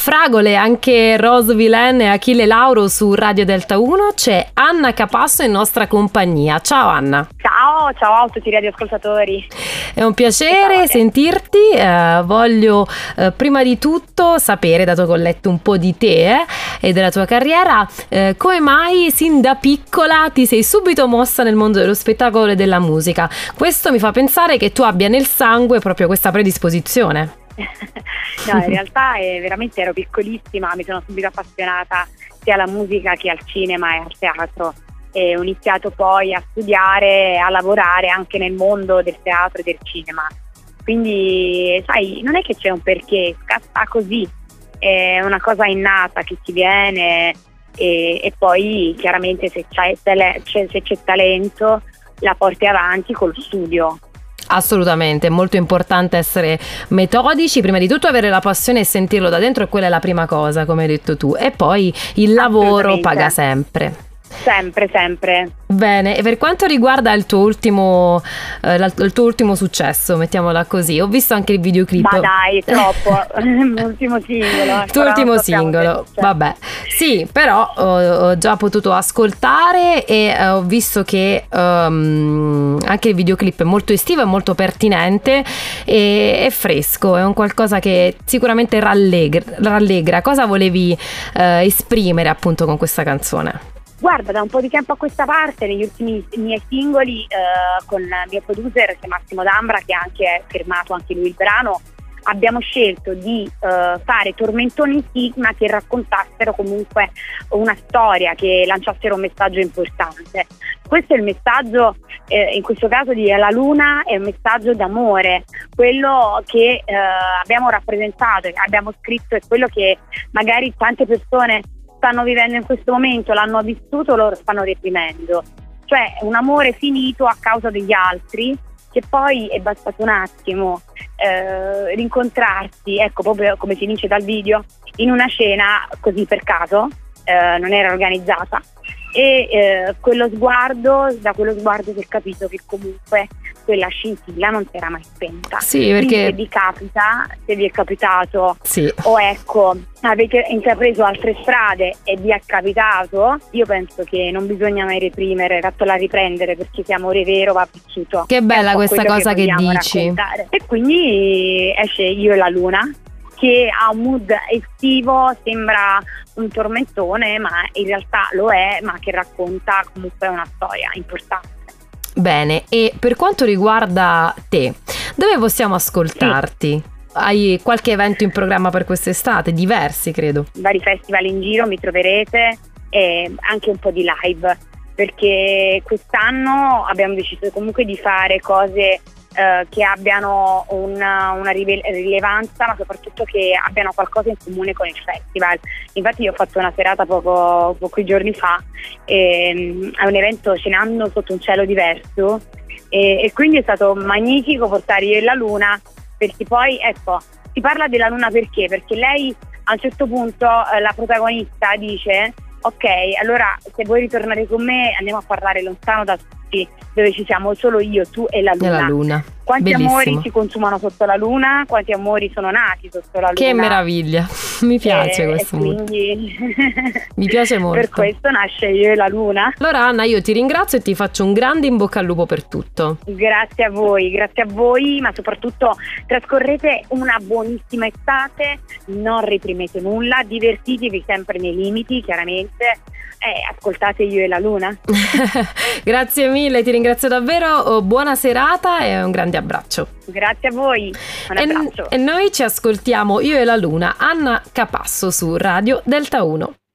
Fragole, anche Rose Villain e Achille Lauro su Radio Delta 1. C'è Anna Capasso in nostra compagnia. Ciao Anna. Ciao a tutti i radioascoltatori. È un piacere sentirti. Voglio prima di tutto sapere, dato che ho letto un po' di te e della tua carriera, come mai sin da piccola ti sei subito mossa nel mondo dello spettacolo e della musica. Questo mi fa pensare che tu abbia nel sangue proprio questa predisposizione. No, in realtà veramente ero piccolissima, mi sono subito appassionata sia alla musica che al cinema e al teatro, e ho iniziato poi a studiare e a lavorare anche nel mondo del teatro e del cinema. Quindi sai, non è che c'è un perché, scatta così, è una cosa innata che ti viene, e poi chiaramente se c'è talento la porti avanti col studio. Assolutamente, è molto importante essere metodici, prima di tutto avere la passione e sentirlo da dentro, e quella è la prima cosa, come hai detto tu, e poi il lavoro paga sempre. Sempre. Bene, e per quanto riguarda il tuo ultimo successo, mettiamola così, ho visto anche il videoclip. Ma dai, troppo. L'ultimo singolo. Il tuo ultimo singolo, vabbè. Sì, però ho già potuto ascoltare e ho visto che anche il videoclip è molto estivo, è molto pertinente e è fresco, è un qualcosa che sicuramente rallegra. Cosa volevi esprimere appunto con questa canzone? Guarda, da un po' di tempo a questa parte, negli ultimi miei singoli, con il mio producer, che è Massimo D'Ambra, che ha anche firmato anche lui il brano, abbiamo scelto di fare tormentoni sì, ma che raccontassero comunque una storia, che lanciassero un messaggio importante. Questo è il messaggio, in questo caso di La Luna, è un messaggio d'amore, quello che abbiamo rappresentato, abbiamo scritto, è quello che magari tante persone stanno vivendo in questo momento, l'hanno vissuto, lo stanno reprimendo, cioè un amore finito a causa degli altri, che poi è bastato un attimo rincontrarsi, ecco, proprio come si dice dal video, in una scena così per caso, non era organizzata, e da quello sguardo si è capito che comunque quella scintilla non si era mai spenta. Sì, perché se vi è capitato, sì, o ecco, avete intrapreso altre strade e vi è capitato, io penso che non bisogna mai reprimere, fattola riprendere, perché se amore vero va vissuto. Che bella questa cosa che dici. Raccontare. E quindi esce Io e la Luna, che ha un mood estivo, sembra un tormentone, ma in realtà lo è, ma che racconta comunque una storia importante. Bene, e per quanto riguarda te, dove possiamo ascoltarti? Sì. Hai qualche evento in programma per quest'estate? Diversi, credo. Vari festival in giro mi troverete, e anche un po' di live, perché quest'anno abbiamo deciso comunque di fare cose che abbiano una rilevanza, ma soprattutto che abbiano qualcosa in comune con il festival. Infatti io ho fatto una serata pochi giorni fa, a un evento Cenando sotto un cielo diverso, e quindi è stato magnifico portare Io e la Luna, perché poi ecco, si parla della Luna perché lei a un certo punto, la protagonista dice: ok, allora se vuoi ritornare con me andiamo a parlare lontano da tutti, dove ci siamo solo io, tu e la Luna. E la Luna. Quanti Bellissimo. amori si consumano sotto la Luna, quanti amori sono nati sotto la Luna. Che meraviglia, mi piace questo. Quindi mi piace molto. Per questo nasce Io e la Luna. Allora Anna, io ti ringrazio e ti faccio un grande in bocca al lupo per tutto. Grazie a voi, ma soprattutto trascorrete una buonissima estate, non reprimete nulla, divertitevi sempre nei limiti, chiaramente. Ascoltate Io e la Luna. Grazie mille, ti ringrazio davvero, buona serata e un grande abbraccio. Grazie a voi, un abbraccio. E noi ci ascoltiamo Io e la Luna, Anna Capasso su Radio Delta 1.